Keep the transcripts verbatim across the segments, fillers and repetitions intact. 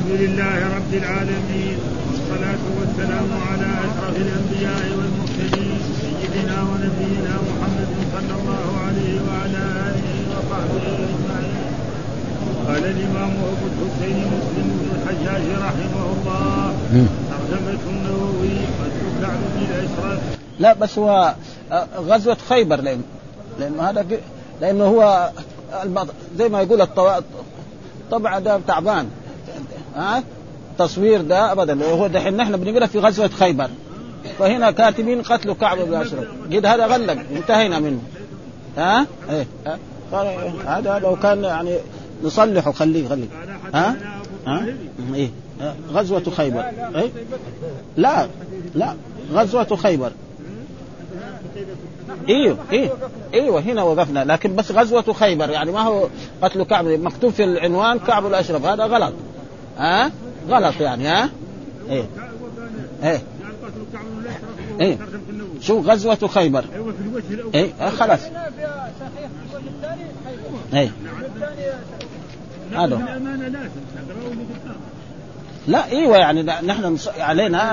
الحمد لله رب العالمين والصلاة والسلام على أشرف الأنبياء والمرسلين سيدنا ونبينا محمد صلى الله عليه وعلى آله وصحبه أجمعين. قال الإمام أبو الحسين مسلم بن الحجاج رحمه الله ترجمة النووي قد كعب بن الأشرف. لا بس هو غزوة خيبر لأن لأن هذا لأنه هو زي ما يقول الطبع طبعا ده تعبان ها تصوير ده أبدا. هو دحين نحن بنقرأ في غزوة خيبر فهنا كاتبين قتل كعب بن الأشرف قد هذا غلق انتهينا منه ها ايه هذا لو كان يعني نصلحه خليه خليه ها ها ايه غزوة خيبر ايه لا لا غزوة خيبر ايوه ايه ايوه هنا وقفنا لكن بس غزوة خيبر يعني ما هو قتل كعب مكتوب في العنوان كعب الأشرف هذا غلط ها غلط يعني ها ايه ايه ايه شو غزوة خيبر ايه اه خلاص ايه هذا لا ايوه يعني نحن علينا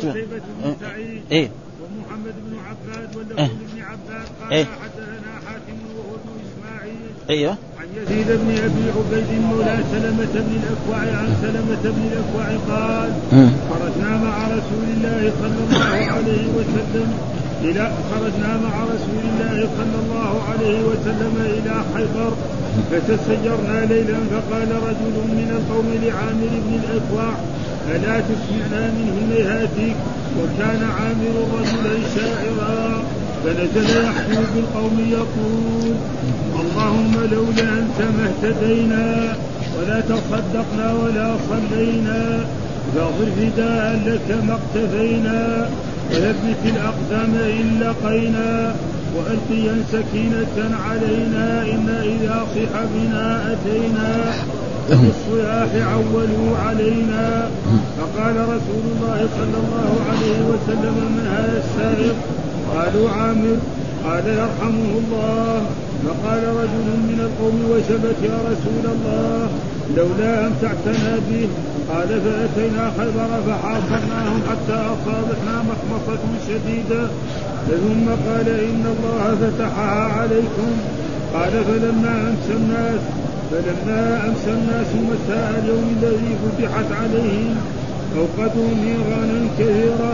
ايه ومحمد بن عباد ولا بن عباد قال إيه؟ حدثنا حاتم وهو ابن اسماعيل ايوه عن يزيد بن ابي عبيد مولى سلمة بن الاكوع عن سلمة بن الاكوع قال خرجنا مع رسول الله صلى الله عليه وسلم الى خرجنا مع رسول الله صلى الله عليه وسلم الى خيبر فتسجرنا ليلا فقال رجل من القوم لعامر بن الاكوع ألا تسمعنا منه ميهاتك وكان عامر رجلا شاعرا فنزل يحكي بالقوم يقول اللهم لولا أنت ما اهتدينا ولا تصدقنا ولا صلينا فاغفر فداء لك ما اقتفينا ولبث الأقدام إن لقينا وألقيا سكينة علينا إنا إذا صح بنا أتينا بالصياح عولوا علينا. فقال رسول الله صلى الله عليه وسلم من هذا السائق؟ قالوا عامر. قال يرحمه الله. فقال رجل من القوم وشبت يا رسول الله لولا أمتعتنا به. قال فأتينا خيبر فحاصرناهم حتى أصابتنا مخمصة شديدة ثم قال إن الله فتحها عليكم. قال فلما أمسى الناس فلما أمسى الناس مساء اليوم الذي فتحت عليهم أوقدوا نيرانا كثيرة.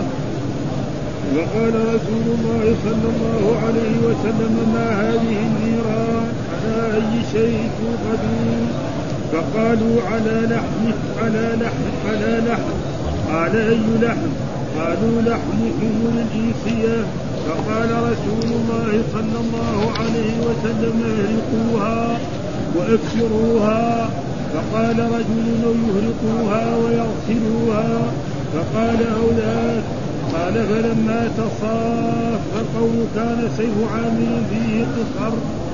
وقال رسول الله صلى الله عليه وسلم ما هذه النيران على أي شيء توقدون؟ فقالوا على لحم على لحم على لحم. قال أي لحم؟ قالوا لحم حمر الإنسية. فقال رسول الله صلى الله عليه وسلم اهرقوها وأكسروها. فقال رجل يهرقوها ويغسلوها. فقال أولاك. قال فلما تصاف القوم كان سيف عامل فيه قصر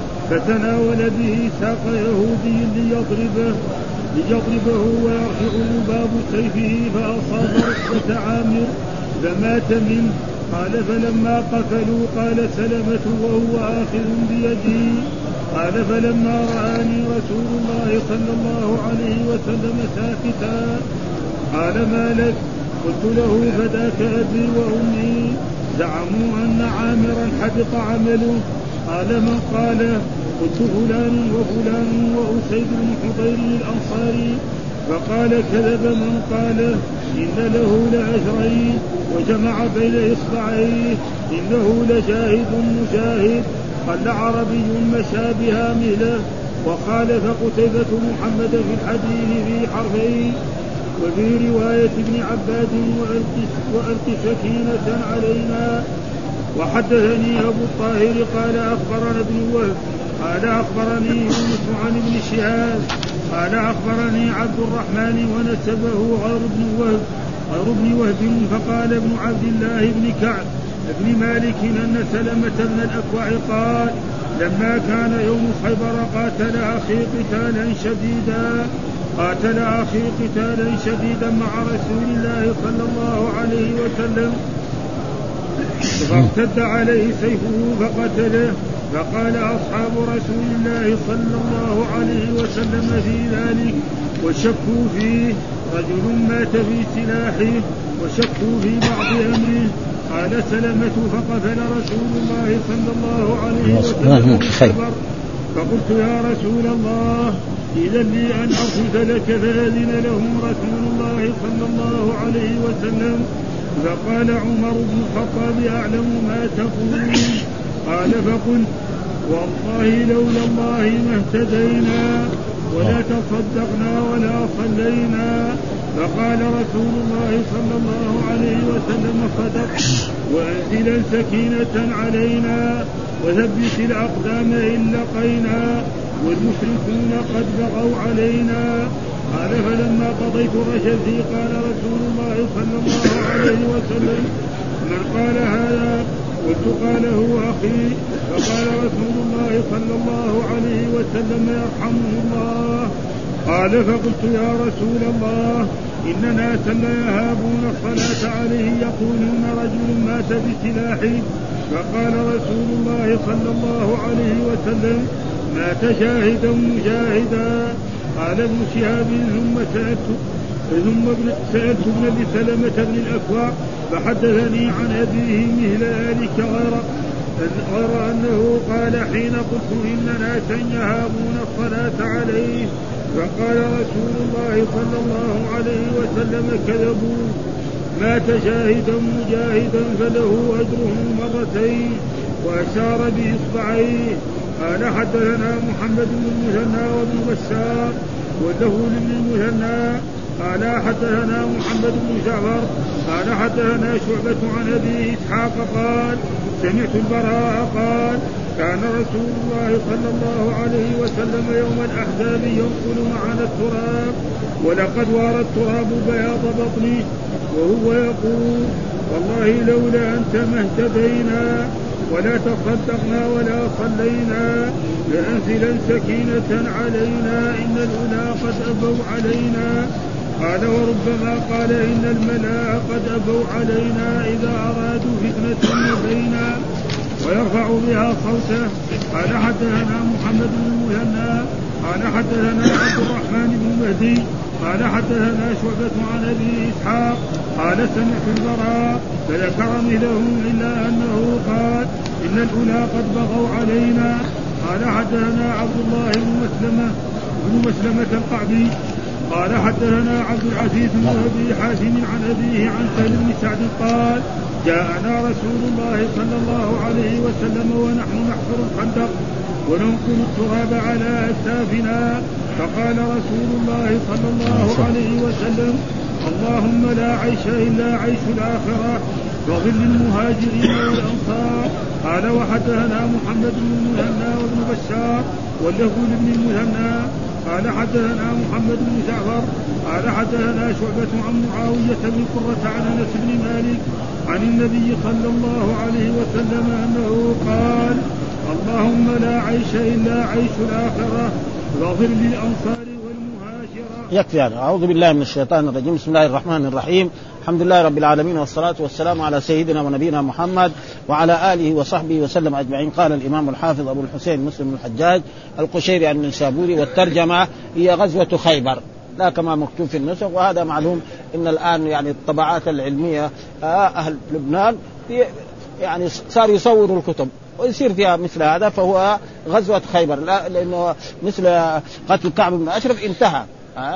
فتناول به ساق يهودي ليضربه ليضربه ويرفع لباب سيفه فأصاب ركبة عامر فمات منه. قال فلما قتلوا قال سلمة وهو آخذ بيده. قال فلما رآني رسول الله صلى الله عليه وسلم ساكتا قال ما لك؟ قلت له فداك أبي وأمي زعموا أن عامرا حبط عمله. قال من قال؟ قلت فلان وفلان وأسيد بن حضير الأنصاري. فقال كذب من قال إن له لأجرين وجمع بين إصبعيه إنه لجاهد مجاهد قال عربي مشابها مهله. وخالف قتيبة محمد في الحديث في حرفين. وفي رواية ابن عباد وألق سكينة علينا. وحدثني أبو الطاهر قال أخبرنا ابن وهب قال أخبرني يونس عن ابن شهاب قال أخبرني عبد الرحمن ونسبه غير ابن وهب غير ابن وهب. فقال ابن عبد الله بن كعب ابن مالك أن سلمة بن الأكوع قال لما كان يوم خيبر قاتل أخي قتالا شديدا قاتل أخي قتالا شديدا مع رسول الله صلى الله عليه وسلم فارتد عليه سيفه فقتله. فقال أصحاب رسول الله صلى الله عليه وسلم في ذلك وشكوا فيه رجل مات في سلاحه وشكوا في بعض أمره. قال سلمة فقتل رسول الله صلى الله عليه وسلم الخبر. فقلت يا رسول الله إذا لي أن أرفث لك فأذن لهم رسول الله صلى الله عليه وسلم. فقال عمر بن الخطاب أعلم ما تقول. قال فقلت والله لولا الله ما اهتدينا ولا تصدقنا ولا صلينا. فقال رسول الله صلى الله عليه وسلم صدق وأنزلا سكينة علينا وثبت الأقدام إن لقينا والمشركون قد بغوا علينا. قال فلما قضيت رشدي قال رسول الله صلى الله عليه وسلم من قال هذا؟ قلت قال هو أخي. فقال رسول الله صلى الله عليه وسلم يرحمه الله. قال فقلت يا رسول الله إن ناسا ليهابون الصلاة عليه يقولون رجل مات بسلاحه. فقال رسول الله صلى الله عليه وسلم مات شاهدا مجاهدا. قال ابن شهاب ثم سألت ثم سألت ابن سلمة بن الأكوع فحدثني عن أبيه مثل ذلك غير غير أنه قال حين قلت إن ناسا يهابون الصلاة عليه فقال رسول الله صلى الله عليه وسلم كذبوا مات شاهدا مجاهدا فله أجره مرتين وأشار بإصبعيه. قال حدثنا محمد بن المثنى وابن بشار وله لابن المثنى قال حدثنا محمد بن جعفر قال حدثنا شعبة عن أبي إسحاق قال سمعت البراء قال كان رسول الله صلى الله عليه وسلم يوم الأحزاب ينقل معنا التراب ولقد وارى التراب بياض بطنه وهو يقول والله لولا أنت ما اهتدينا ولا تصدقنا ولا صلينا لأنزلا سكينة علينا إن الأولى قد أبوا علينا. قال وربما قال إن الملأ قد أبوا علينا إذا أرادوا فتنة بينا ويرفع بها صوته. قال حدثنا محمد بن المثنى قال حدثنا عبد الرحمن بن مهدي قال حدثنا شعبة عن أبي إسحاق قال سمعت البراء فذكر مثله إلا أنه قال إن الأولى قد بغوا علينا. قال حدثنا عبد الله بن مسلمة بن مسلمة القعبي قال حدثنا عبد العزيز بن أبي حازم عن أبيه عن سهل بن سعد قال جاءنا رسول الله صلى الله عليه وسلم ونحن نحفر الخندق وننقل التراب على أكتافنا فقال رسول الله صلى الله عليه وسلم اللهم لا عيش إلا عيش الآخرة وظل المهاجرين والأنصار. قال وحدثنا محمد بن المثنى وابن بشار واللفظ لابن المثنى قال حدثنا محمد بن جعفر قال حدثنا شعبة عن معاوية بن قرة عن أنس بن مالك عن النبي صلى الله عليه وسلم أنه قال اللهم لا عيش إلا عيش الآخرة وظل الأنصار والمهاجرة. يكفي يعني. أعوذ بالله من الشيطان الرجيم. بسم الله الرحمن الرحيم. الحمد لله رب العالمين والصلاة والسلام على سيدنا ونبينا محمد وعلى آله وصحبه وسلم أجمعين. قال الإمام الحافظ أبو الحسين مسلم بن الحجاج القشيري عن النسابوري والترجمة هي غزوة خيبر لا كما مكتوب في النسخ. وهذا معلوم إن الآن يعني الطبعات العلمية أهل لبنان يعني صار يصوروا الكتب ويصير فيها مثل هذا فهو غزوة خيبر لا لأنه مثل قتل كعب بن أشرف انتهى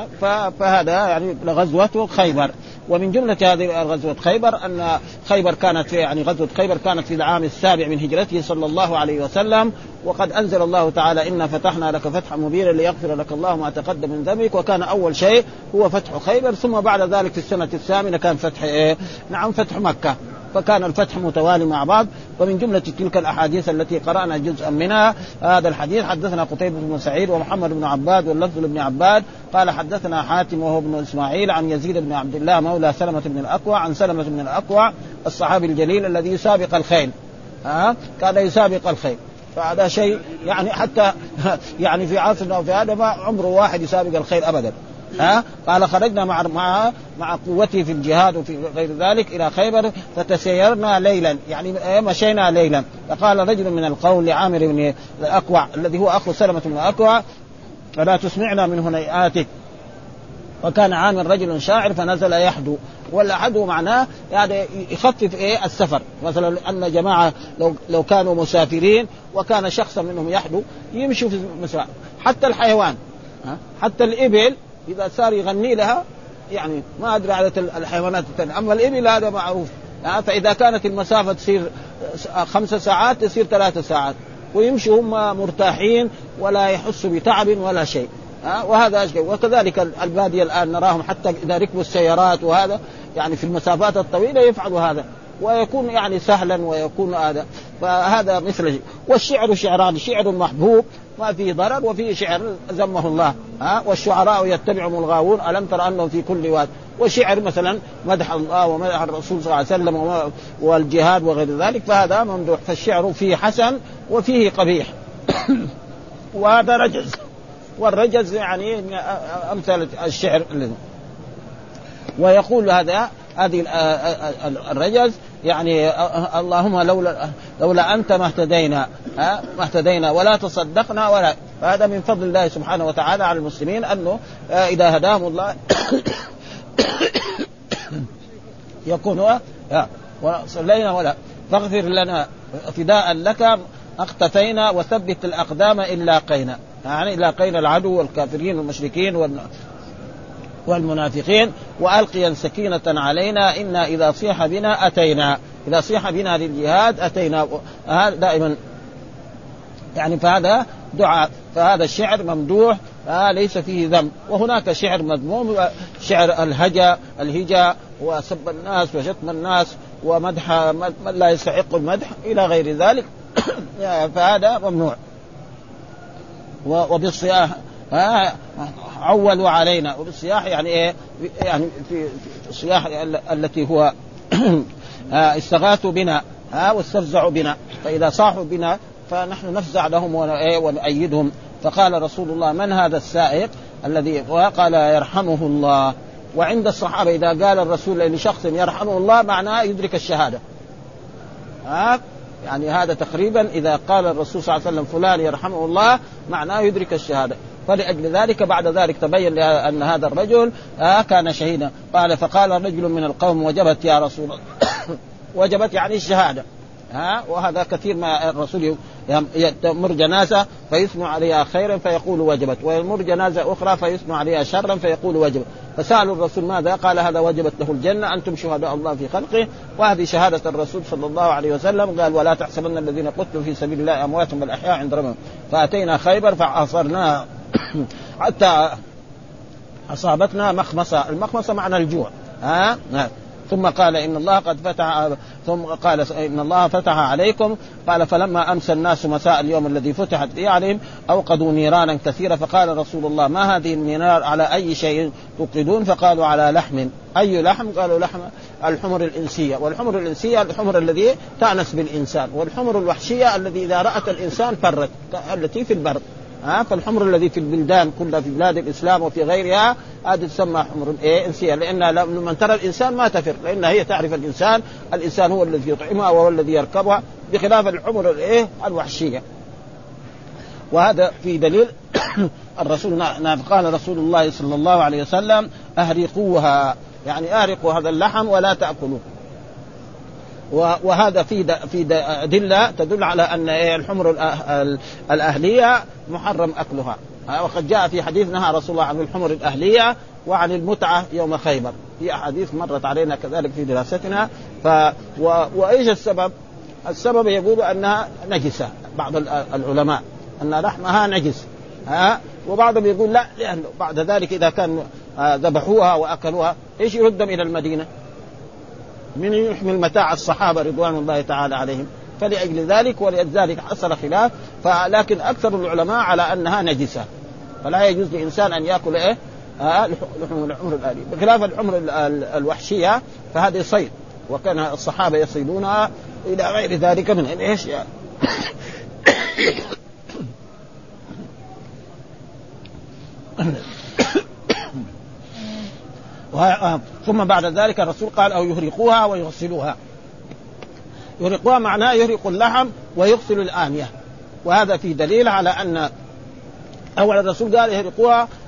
فهذا يعني غزوة خيبر. ومن جملة هذه غزوة خيبر أن خيبر كانت في يعني غزوة خيبر كانت في العام السابع من هجرته صلى الله عليه وسلم. وقد أنزل الله تعالى إنا فتحنا لك فتحا مبينا ليغفر لك الله ما تقدم من ذنبك. وكان أول شيء هو فتح خيبر ثم بعد ذلك في السنة الثامنة كان فتح إيه؟ نعم فتح مكة. فكان الفتح متوالي مع بعض. ومن جملة تلك الأحاديث التي قرأنا جزءا منها هذا الحديث حدثنا قتيبة بن سعيد ومحمد بن عباد واللفظ لابن عباد قال حدثنا حاتم وهو ابن إسماعيل عن يزيد بن عبد الله مولى سلمة بن الأكوع عن سلمة بن الأكوع الصحابي الجليل الذي يسابق الخيل ها كان يسابق الخيل. فهذا شيء يعني حتى يعني في عصرنا وفي هذا ما عمره واحد يسابق الخيل أبدا. ها قال خرجنا مع مع مع قوته في الجهاد وفي غير ذلك إلى خيبر فتسيرنا ليلا يعني مشينا ليلا. فقال رجل من القوم لعامر بن الأكوع الذي هو أخو سلمة بن الأكوع فلا تسمعنا من هنيئاتك وكان عامل رجل شاعر فنزل يحدو، والحدو معناه يعني يخفف إيه السفر. مثلا أن جماعة لو لو كانوا مسافرين وكان شخصا منهم يحدو يمشوا في المسافة. حتى الحيوان حتى الإبل إذا صار يغني لها يعني ما أدري على الحيوانات الثانية، أما الإبل هذا معروف. فإذا كانت المسافة تصير خمس ساعات تصير ثلاث ساعات ويمشوا هم مرتاحين ولا يحسوا بتعب ولا شيء. وهذا أشكال. وكذلك البادية الآن نراهم حتى إذا ركبوا السيارات وهذا يعني في المسافات الطويلة يفعلوا هذا ويكون يعني سهلا ويكون هذا. فهذا مثل. والشعر شعران، شعر محبوب ما فيه ضرر وفيه شعر ذمه الله. ها والشعراء يتبعهم الغاوون ألم تر أنهم في كل واد. وشعر مثلا مدح الله ومدح الرسول صلى الله عليه وسلم والجهاد وغير ذلك فهذا ممدوح. فالشعر فيه حسن وفيه قبيح وهذا رجز. والرجز يعني أمثال الشعر. ويقول هذا هذه الرجز يعني اللهم لولا لولا أنت ما اهتدينا ما اهتدينا ولا تصدقنا ولا. هذا من فضل الله سبحانه وتعالى على المسلمين أنه إذا هداهم الله يكونوا وصلينا ولا فاغفر لنا فداء لك اقتفينا وثبت الأقدام إلا قينا، يعني إلا قينا العدو والكافرين والمشركين والمنافقين وألقيا سكينة علينا إنا إذا صيح بنا أتينا، إذا صيح بنا للجهاد أتينا. هذا دائما يعني فهذا دعاء. فهذا الشعر ممدوح ليس فيه ذنب. وهناك شعر مذموم، شعر الهجا الهجا وسب الناس وشتم الناس ومدح من لا يستحق المدح إلى غير ذلك فهذا ممنوع. وبالصياح عولوا علينا. وبالصياح يعني إيه؟ يعني في الصياح التي هو استغاثوا بنا واستفزعوا بنا. فإذا صاحوا بنا فنحن نفزع لهم ونؤيدهم. فقال رسول الله من هذا السائق الذي قال يرحمه الله. وعند الصحابة إذا قال الرسول لشخص يرحمه الله معناه يدرك الشهادة. ها يعني هذا تقريبا إذا قال الرسول صلى الله عليه وسلم فلان يرحمه الله معناه يدرك الشهادة. فلأجل ذلك بعد ذلك تبين أن هذا الرجل كان شهيدا. قال فقال رجل من القوم وجبت يا رسول الله وجبت يعني الشهادة. ها وهذا كثير ما الرسول يمر جنازة فيثنوا عليها خيرا فيقول وجبت، ويمر جنازة أخرى فيثنوا عليها شرا فيقول وجبت. فسألوا الرسول ماذا؟ قال هذا وجبت له الجنة أنتم شهداء الله في خلقه. وهذه شهادة الرسول صلى الله عليه وسلم. قال ولا تحسبن الذين قتلوا في سبيل الله أموات بل أحياء عند ربهم. فأتينا خيبر فعصرناها حتى أصابتنا مخمصة. المخمصة معنى الجوع. ها ثم قال إن الله قد فتح ثم قال إن الله فتح عليكم. قال فلما أمسى الناس مساء اليوم الذي فتحت فيه عليهم أوقدوا نيرانا كثيرة. فقال رسول الله ما هذه النيران على أي شيء توقدون؟ فقالوا على لحم. أي لحم؟ قالوا لحم الحمر الإنسية. والحمر الإنسية الحمر الذي تأنس بالإنسان، والحمر الوحشية الذي إذا رأت الإنسان فرت التي في البر. ها فالحمر الذي في البلدان كلها في بلاد الإسلام وفي غيرها هذه تسمى حمر إيه إنسية، لأن لما ترى الإنسان ما تفر، لأن هي تعرف الإنسان. الإنسان هو الذي يطعمها وهو الذي يركبها، بخلاف الحمر الإيه الوحشية. وهذا في دليل الرسول قال رسول الله صلى الله عليه وسلم أهرقوها، يعني أهرقوا هذا اللحم ولا تأكلوه. وهذا في في أدلة تدل على أن الحمر الأهلية محرم أكلها. وقد جاء في حديث نهى رسول الله عن الحمر الأهلية وعن المتعة يوم خيبر، في أحاديث مرت علينا كذلك في دراستنا. ف و... وإيش السبب؟ السبب يقول أنها نجسة. بعض العلماء أن لحمها نجس، ها وبعضهم يقول لا، لأنه بعد ذلك إذا كانوا ذبحوها وأكلوها إيش يردم إلى المدينة؟ من يحمل متاع الصحابة رضوان الله تعالى عليهم. فلأجل ذلك ولذلك حصل خلاف، لكن أكثر العلماء على أنها نجسة، فلا يجوز لإنسان أن يأكل إيه لحم الحمر الآلي، بخلاف الحمر الوحشية فهذه صيد، وكان الصحابة يصيدونها إلى غير ذلك من إيش يعني. ثم بعد ذلك الرسول قال أو يهرقوها ويغسلوها. يهرقوها معناه يهرق اللحم ويغسل الآنية، وهذا في دليل على أن أول الرسول قال يهرقوها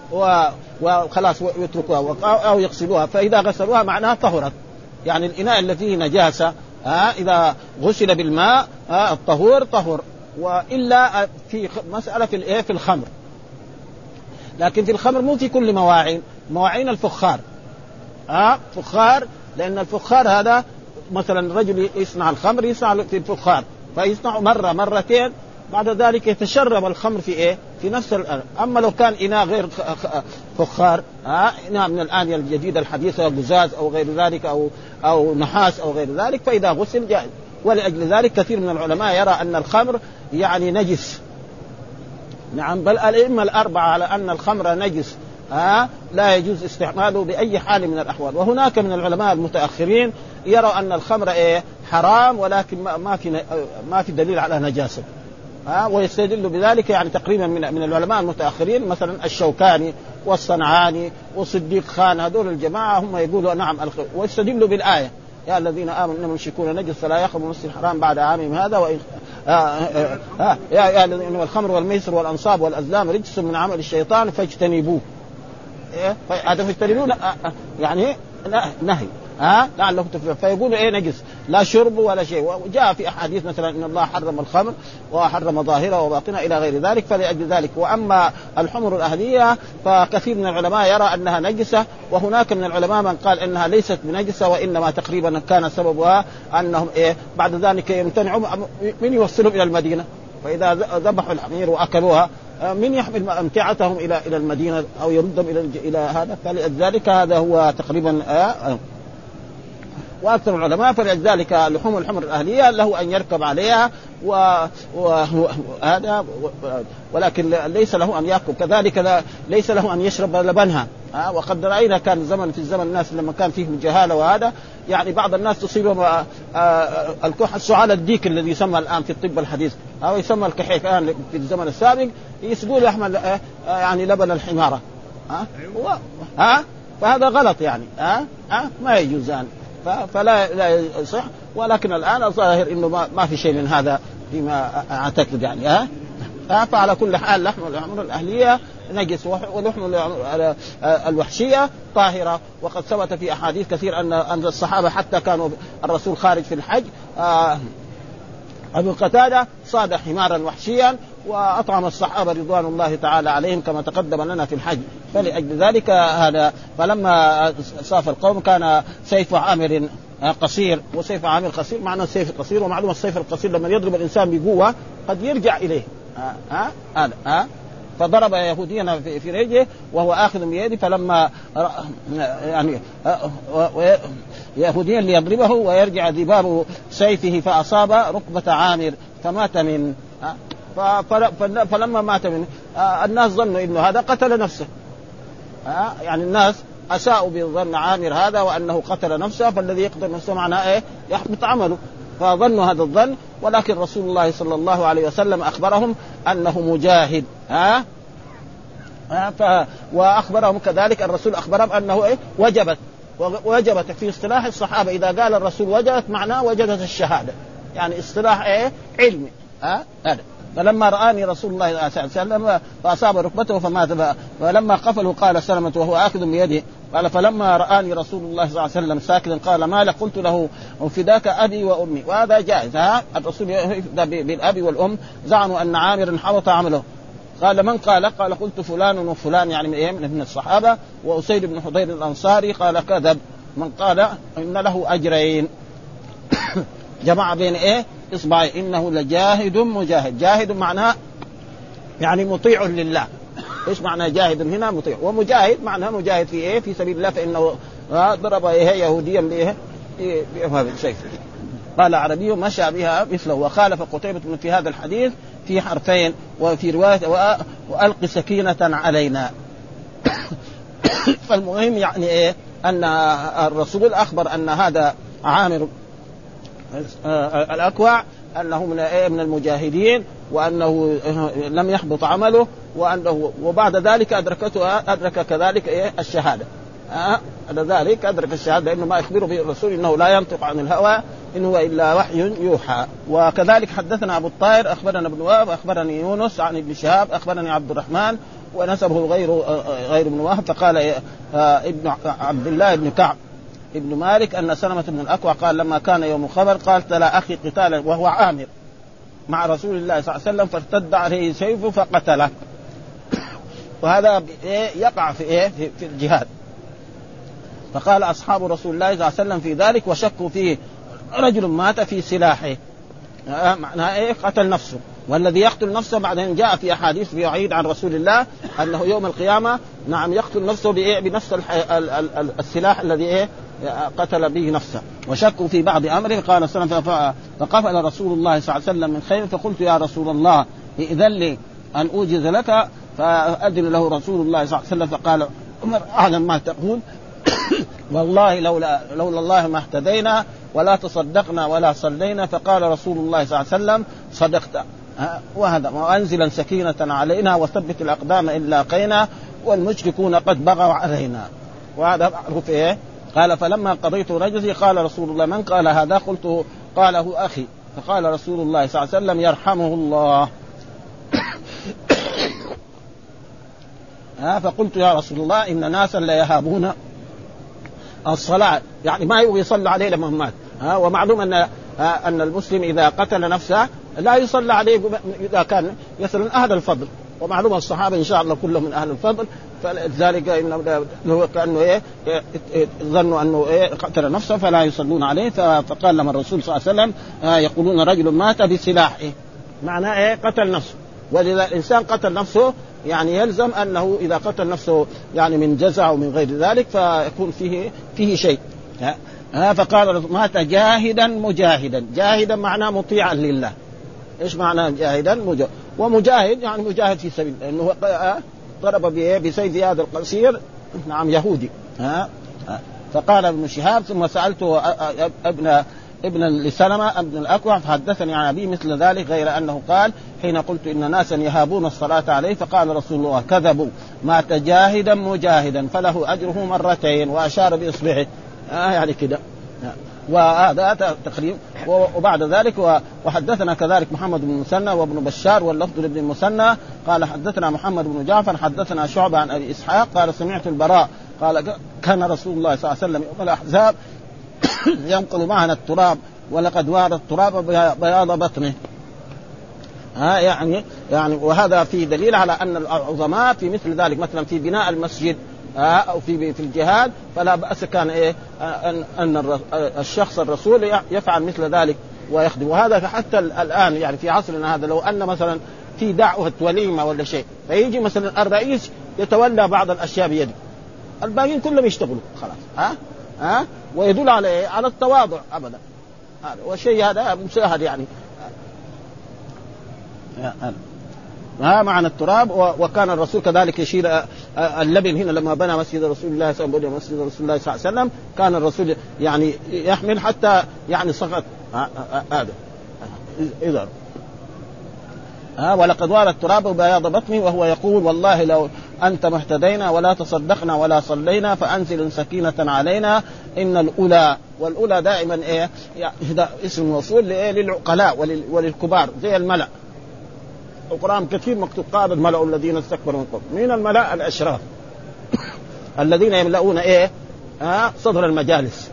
وخلاص يتركوها أو يغسلوها، فإذا غسلوها معناها طهرت. يعني الإناء الذي فيه نجاسة ها إذا غسل بالماء ها الطهور طهر، وإلا في مسألة في الإيه في الخمر. لكن في الخمر مو في كل مواعين، مواعين الفخار ها فخار، لأن الفخار هذا مثلا رجل يصنع الخمر يصنع في الفخار فيصنع مرة مرتين، بعد ذلك يتشرب الخمر في إيه في نفس الأرض. أما لو كان إناء غير فخار ها إناء من الآن الجديدة الحديثة قزاز أو غير ذلك أو أو نحاس أو غير ذلك فإذا غسل جائز. ولأجل ذلك كثير من العلماء يرى أن الخمر يعني نجس. نعم، بل الأئمة الأربعة على أن الخمر نجس ها لا يجوز استعماله بأي حال من الأحوال. وهناك من العلماء المتأخرين يروا أن الخمر إيه حرام، ولكن ما في ما في دليل على نجاسة ها ويستدل بذلك يعني تقريبا من من العلماء المتأخرين مثلا الشوكاني والصنعاني وصديق خان، هذول الجماعة هم يقولوا نعم ويستدلوا بالآية يا الذين آمنوا إنما المشركون نجس فلا يقربوا المسجد الحرام بعد عامهم هذا وإن آه آه آه يا يا الذين الخمر والميسر والأنصاب والأزلام رجس من عمل الشيطان فاجتنبوه. إيه هذا فاجتنبوه يعني نهي ها لعلهم تفلحون. فيقولوا ايه نجس لا شرب ولا شيء. وجاء في احاديث مثلا ان الله حرم الخمر وحرم ظاهره وباطنه الى غير ذلك، فلأجل ذلك. واما الحمر الاهليه فكثير من العلماء يرى انها نجسه، وهناك من العلماء من قال انها ليست بنجسه وانما تقريبا كان سببها انهم ايه بعد ذلك يمتنعوا من يوصلهم الى المدينه، فاذا ذبحوا الحمير واكلوها من يحمل امتعتهم الى الى المدينه او يردهم الى الى هذا. فلذلك هذا هو تقريبا آه واكثر العلماء فلذلك لحوم الحمر الاهليه له ان يركب عليها وهذا ولكن ليس له ان ياكل، كذلك ليس له ان يشرب لبنها. وقد راينا كان زمن في الزمن الناس لما كان فيهم جهاله وهذا يعني بعض الناس تصيبهم الكحة السعال الديك الذي يسمى الان في الطب الحديث او يسمى الكحيف الان في الزمن السابق يسقوا يحمل يعني لبن الحماره ها ها فهذا غلط يعني ها ها ما يجوز يعني فلا لا يصح. ولكن الآن الظاهر إنه ما, ما في شيء من هذا فيما أعتقد يعني ها فعلى كل حال لحم الحمر الأهلية نجس ولحم الوحشية طاهرة. وقد ثبت في أحاديث كثير أن أن الصحابة حتى كانوا الرسول خارج في الحج أبو قتادة صاد حمارا وحشيا وأطعم الصحابة رضوان الله تعالى عليهم كما تقدم لنا في الحج. فلأجل ذلك هذا فلما صاف القوم كان سيف عامر قصير وسيف عامر قصير معنى السيف قصير، ومعلوم السيف القصير لما يضرب الإنسان بقوة قد يرجع إليه ها ها ها فضرب يهوديا في رجله وهو آخذ بيده فلما يعني يهوديا ليضربه ويرجع ذباب سيفه فأصاب ركبة عامر فمات من فلما مات من الناس ظنوا إنه هذا قتل نفسه يعني الناس أساءوا بظن عامر هذا وأنه قتل نفسه فالذي يقتل نفسه معناه إيه يحبط عمله فظنوا هذا الظن. ولكن رسول الله صلى الله عليه وسلم أخبرهم أنه مجاهد ها ف... وأخبرهم كذلك الرسول أخبرهم أنه إيه وجبت وجبت في اصطلاح الصحابة إذا قال الرسول وجبت معناه وجبت الشهادة يعني اصطلاح إيه علمي ها هذا. فلما رآني رسول الله صلى الله عليه وسلم فأصاب ركبته فمات. فلما قفله قال سلمة وهو آخذ بيده قال فلما رآني رسول الله صلى الله عليه وسلم ساكتا قال ما لك قلت له فداك أبي وأمي. وهذا جائز ها الرسول يفدى بالأبي والأم. زعموا أن عامر حبط عمله قال من قال قال قلت فلان وفلان يعني من الصحابة. وأسيد بن حضير الأنصاري قال كذب من قال إن له أجرين جمع بين إيه إصبعي إنه لجاهد مجاهد. جاهد معناه يعني مطيع لله. إيش معنى جاهد هنا مطيع ومجاهد معناه مجاهد في إيه في سبيل الله فإنه ضرب إيه يهوديا بإيه بهذا الشيء قال عربي مشى بها مثله. وخالف قتيبة في هذا الحديث في حرفين وفي رواية وألق سكينة علينا فالمهم يعني إيه أن الرسول أخبر أن هذا عامر الأكوع أنه من من المجاهدين وأنه لم يحبط عمله وأنه وبعد ذلك أدركته أدرك كذلك إيه الشهادة ها ذلك أدرك الشهادة لأنه ما يخبر به الرسول إنه لا ينطق عن الهوى إن هو إلا وحي يوحى. وكذلك حدثنا أبو الطاهر أخبرنا ابن وهب أخبرني يونس عن ابن شهاب أخبرني عبد الرحمن ونسبه غير غير ابن وهب. فقال ابن عبد الله بن كعب ابن مالك أن سلمة بن الأكوع قال لما كان يوم خبر قال تلا أخي قتالا وهو عامر مع رسول الله صلى الله عليه وسلم فارتد عليه سيفه فقتله. وهذا يقع في إيه في الجهاد. فقال أصحاب رسول الله صلى الله عليه وسلم في ذلك وشكوا فيه رجل مات في سلاحه معناه إيه قتل نفسه. والذي يقتل نفسه بعدين جاء في أحاديث يعيد عن رسول الله أنه يوم القيامة نعم يقتل نفسه بإيه بنفس السلاح الذي إيه قتل به نفسه. وشكوا في بعض أمره. قال صلى الله عليه وسلم فقفل رسول الله صلى الله عليه وسلم من خير فقلت يا رسول الله إذن لي أن أوجز لك فأذن له رسول الله صلى الله عليه وسلم. فقال عمر أعلم ما تقول والله لولا لولا الله ما اهتدينا ولا تصدقنا ولا صلينا. فقال رسول الله صلى الله عليه وسلم صدقت وهذا وأنزلا سكينة علينا وثبت الأقدام إن لاقينا والمشركون قد بغوا علينا. وهذا معروف إيه. قال فلما قضيت رجزي قال رسول الله من قال هذا قلت قاله أخي. فقال رسول الله صلى الله عليه وسلم يرحمه الله. فقلت يا رسول الله إن ناسا لا يهابون الصلاة يعني ما يبغى يصلى عليه لما مات. ومعلوم أن أن المسلم إذا قتل نفسه لا يصلى عليه إذا كان مثلا أهل الفضل. ومعلوم الصحابة إن شاء الله كلهم من أهل الفضل. فلذلك إنه كأنه إيه ظنوا أنه إيه قتل نفسه فلا يصلون عليه. فقال لما الرسول صلى الله عليه وسلم يقولون رجل مات بسلاحه معناه إيه قتل نفسه. ولذا الإنسان قتل نفسه يعني يلزم أنه إذا قتل نفسه يعني من جزع ومن غير ذلك فيكون فيه فيه شيء. ها فقال مات جاهدا مجاهدا. جاهدا معناه مطيعا لله. إيش معناه جاهدا مجاهد؟ ومجاهد يعني مجاهد في سبيل لأنه ضرب بسيف هذا القصير نعم يهودي. ها فقال ابن شهاب ثم سألته ابن ابن لسلمة ابن الأكوع فحدثني عن أبي مثل ذلك غير أنه قال حين قلت إن ناسا يهابون الصلاة عليه فقال رسول الله كذبوا مات جاهدا مجاهدا فله أجره مرتين وأشار بإصبعه. آه يعني كده. وهذا تقريب. وبعد ذلك وحدثنا كذلك محمد بن المثنى وابن بشار واللفظ لابن المثنى قال حدثنا محمد بن جعفر حدثنا شعبة عن أبي إسحاق قال سمعت البراء قال كان رسول الله صلى الله عليه وسلم يوم الأحزاب ينقل معنا التراب ولقد وارد التراب بياض بطنه. ها يعني يعني وهذا في دليل على أن العظماء في مثل ذلك مثلا في بناء المسجد أو في في الجهاد فلا بأس كان إيه أن أن الشخص الرسول يفعل مثل ذلك ويخدم. وهذا حتى الآن يعني في عصرنا هذا لو أن مثلا في دعوة وليمة ولا شيء فيجي مثلا الرئيس يتولى بعض الأشياء بيده الباقيين كلهم يشتغلوا خلاص. ها ها ويدل على على التواضع أبدا. هذا والشيء هذا مشاهد يعني. ها معنى التراب. وكان الرسول كذلك يشير اللبن هنا لما بنى مسجد رسول الله صلى الله عليه وسلم مسجد رسول الله صلى الله عليه وسلم كان الرسول يعني يحمل حتى يعني سقط هذا إذا ها ولقد وارد التراب بياض بطنه وهو يقول والله لو أنت ما اهتدينا ولا تصدقنا ولا صلينا فأنزل سكينة علينا إن الأولى. والأولى دائما إيه يعني اسم موصول للعقلاء وللكبار زي الملأ. القرآن كثير مكتوب قال الملأ الذين استكبروا من قبل. من الملأ الأشراف الذين يملؤون إيه ها صدر المجالس.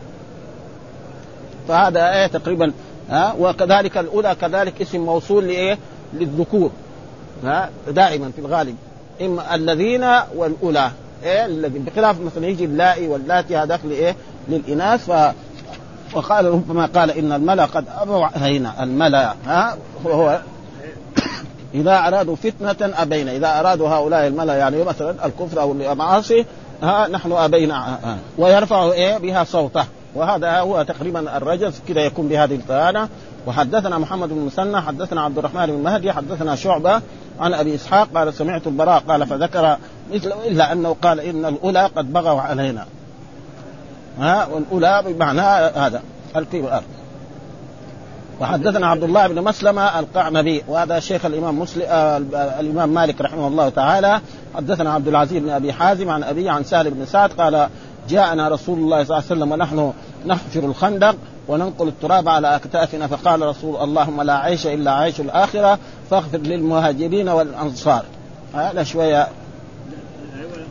فهذا إيه تقريبا. ها وكذلك الأولى كذلك اسم موصول لإيه للذكور. ها دائما في الغالب إما الذين والأولى إيه الذين بخلاف مثلا يجي اللائي واللاتي هذا لإيه للإناث. ف وقال ربما قال إن الملأ قد أبوا هنا الملأ ها هو إذا أرادوا فتنة أبينا. إذا أرادوا هؤلاء الملأ يعني مثلا الكفر أو المعاصي ها نحن أبينا ويرفع إيه بها صوته. وهذا هو تقريبا الرجز كده يكون بهذه الكهانة. وحدثنا محمد بن مسنى حدثنا عبد الرحمن بن مهدي حدثنا شعبة عن أبي إسحاق قال سمعت البراء قال فذكر مثل إلا أنه قال إن الأولى قد بغوا علينا. ها والأولى بمعنى هذا الكبار. وحدثنا عبد الله بن مسلمة القعنبي وهذا شيخ الإمام مسلم آه الإمام مالك رحمه الله تعالى. حدثنا عبد العزيز بن أبي حازم عن أبي عن سهل بن سعد قال جاءنا رسول الله صلى الله عليه وسلم ونحن نحفر الخندق وننقل التراب على أكتافنا فقال رسول اللهم لا عيش إلا عيش الآخرة فاغفر للمهاجرين والأنصار. هذا شوية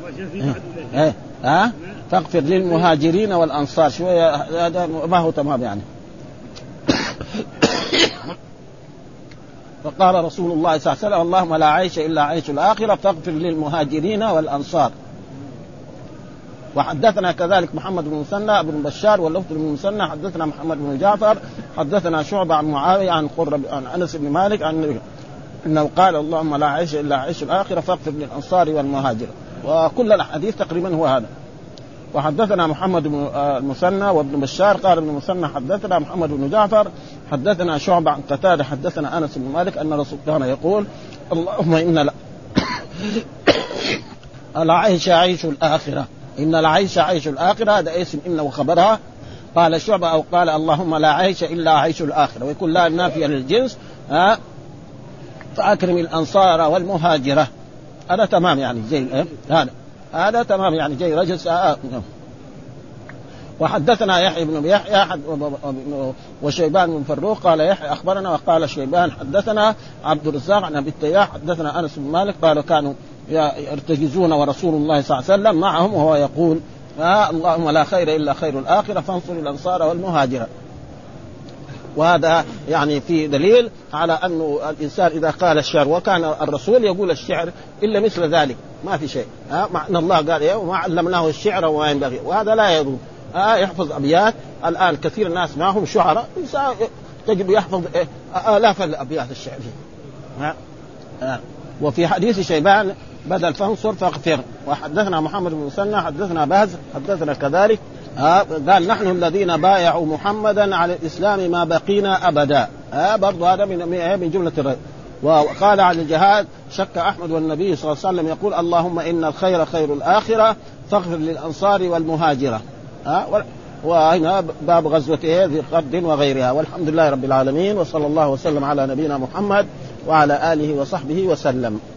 ها ها فاغفر للمهاجرين والأنصار. شوية هذا ما هو تمام يعني. فقال رسول الله صلى الله عليه وسلم اللهم لا عيش إلا عيش الآخرة فاغفر للمهاجرين والأنصار. وحدثنا كذلك محمد بن مسنى بن بشار واللفظ بن مسنى حدثنا محمد بن جعفر حدثنا شعبة عن معاوية عن قرة عن أنس بن مالك عن أنه قال اللهم لا عيش إلا عيش الآخرة فاغفر للأنصار والمهاجر. وكل الحديث تقريبا هو هذا. وحدثنا محمد بن المثنى وابن بشار قال ابن المثنى حدثنا محمد بن جعفر حدثنا شعبة عن قتادة حدثنا أنس بن مالك أن رسول الله يقول اللهم إن لا العيش عيش الآخرة إن العيش عيش الآخرة. هذا اسم إنه وخبرها. قال شعبة أو قال اللهم لا عيش إلا عيش الآخرة ويكون لا نافيا للجنس ها فأكرم الأنصار والمهاجرة. هذا تمام يعني زي هذا هذا تمام يعني جاي رجل آه. وحدثنا يحيى بن يحيى وشيبان بن فروخ قال يحيى أخبرنا وقال شيبان حدثنا عبد الرزاق عن أبي التياح حدثنا أنس بن مالك قالوا كانوا يرتجزون ورسول الله صلى الله عليه وسلم معهم وهو يقول آه اللهم لا خير إلا خير الآخرة فانصر الأنصار والمهاجرة. وهذا يعني في دليل على أنه الإنسان إذا قال الشعر وكان الرسول يقول الشعر إلا مثل ذلك ما في شيء ها مع أن الله قال إيه وما علمناه الشعر وما ينبغي. وهذا لا يضر ها يحفظ أبيات. الآن كثير الناس معهم شعراء تجد يحفظ إيه آلاف الأبيات الشعرية ها ها. وفي حديث شيبان بدل فانصر فاغفر. وحدثنا محمد بن مسنى حدثنا باز حدثنا كذلك ها قال نحن الذين بايعوا محمدا على الإسلام ما بقينا أبدا. ها برضو هذا من من جملة الرأي. وقال عن الجهاد شك أحمد والنبي صلى الله عليه وسلم يقول اللهم إن الخير خير الآخرة فاغفر للأنصار والمهاجرة. ها وهنا باب غزوة ذي قرد وغيرها. والحمد لله رب العالمين وصلى الله وسلم على نبينا محمد وعلى آله وصحبه وسلم.